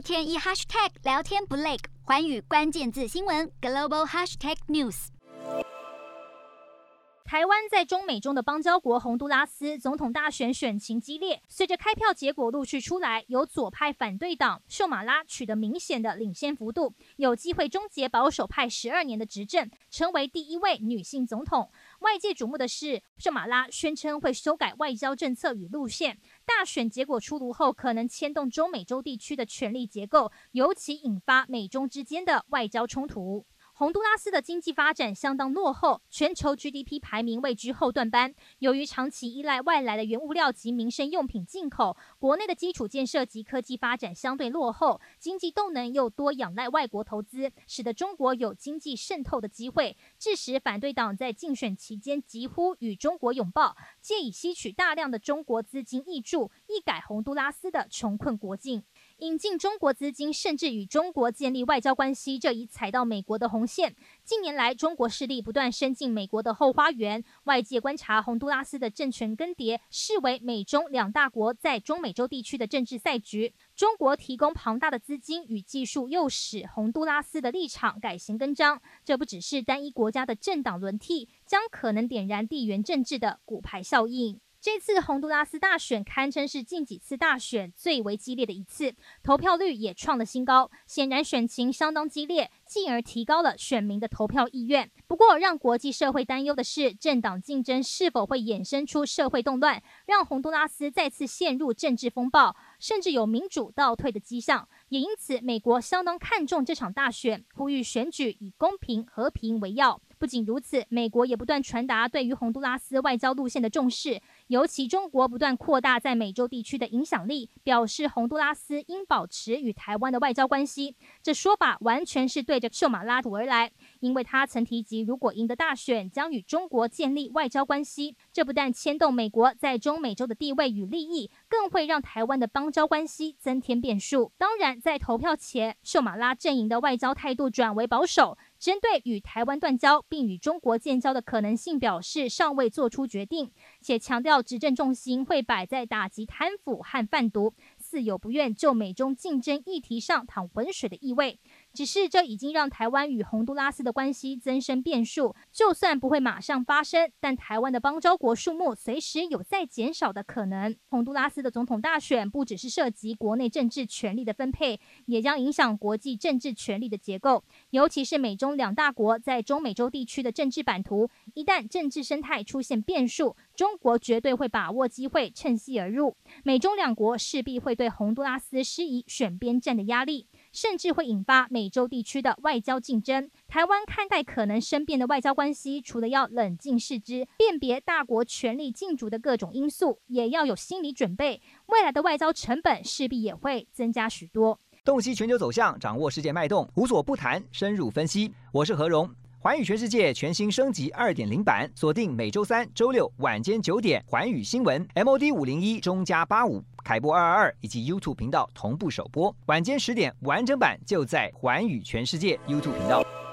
天一 hashtag 聊天不累，寰宇关键字新闻 global hashtag news。 台湾在中美中的邦交国洪都拉斯总统大选选情激烈，随着开票结果陆续出来，由左派反对党秀马拉取得明显的领先幅度，有机会终结保守派12年的执政，成为第一位女性总统。外界瞩目的是，秀马拉宣称会修改外交政策与路线，大选结果出炉后，可能牵动中美洲地区的权力结构，尤其引发美中之间的外交冲突。洪都拉斯的经济发展相当落后，全球 GDP 排名位居后段班。由于长期依赖外来的原物料及民生用品进口，国内的基础建设及科技发展相对落后，经济动能又多仰赖外国投资，使得中国有经济渗透的机会。致使反对党在竞选期间疾呼与中国拥抱，借以吸取大量的中国资金挹注，一改洪都拉斯的穷困国境。引进中国资金，甚至与中国建立外交关系，这已踩到美国的红线。近年来，中国势力不断伸进美国的后花园，外界观察洪都拉斯的政权更迭，视为美中两大国在中美洲地区的政治赛局。中国提供庞大的资金与技术，诱使洪都拉斯的立场改弦更张。这不只是单一国家的政党轮替，将可能点燃地缘政治的骨牌效应。这次洪都拉斯大选堪称是近几次大选最为激烈的一次，投票率也创了新高，显然选情相当激烈，进而提高了选民的投票意愿。不过，让国际社会担忧的是，政党竞争是否会衍生出社会动乱，让洪都拉斯再次陷入政治风暴，甚至有民主倒退的迹象。也因此，美国相当看重这场大选，呼吁选举以公平、和平为要。不仅如此，美国也不断传达对于洪都拉斯外交路线的重视，尤其中国不断扩大在美洲地区的影响力，表示洪都拉斯应保持与台湾的外交关系。这说法完全是对着秀马拉而来，因为他曾提及，如果赢得大选，将与中国建立外交关系。这不但牵动美国在中美洲的地位与利益，更会让台湾的邦交关系增添变数。当然，在投票前，秀马拉阵营的外交态度转为保守，针对与台湾断交并与中国建交的可能性表示尚未做出决定，且强调执政重心会摆在打击贪腐和贩毒，似有不愿就美中竞争议题上淌浑水的意味。只是这已经让台湾与洪都拉斯的关系增生变数，就算不会马上发生，但台湾的邦交国数目随时有再减少的可能。洪都拉斯的总统大选不只是涉及国内政治权力的分配，也将影响国际政治权力的结构，尤其是美中两大国在中美洲地区的政治版图。一旦政治生态出现变数，中国绝对会把握机会趁隙而入，美中两国势必会对洪都拉斯施以选边站的压力，甚至会引发美洲地区的外交竞争。台湾看待可能生变的外交关系，除了要冷静视之，辨别大国权力竞逐的各种因素，也要有心理准备，未来的外交成本势必也会增加许多。 洞悉全球走向，掌握世界脉动，无所不谈，深入分析。我是何荣。寰宇全世界全新升级 2.0 版，锁定每周三、周六晚间9点，寰宇新闻 MOD 501中加85凯播222以及 YouTube 频道同步首播，晚间10点完整版就在寰宇全世界 YouTube 频道。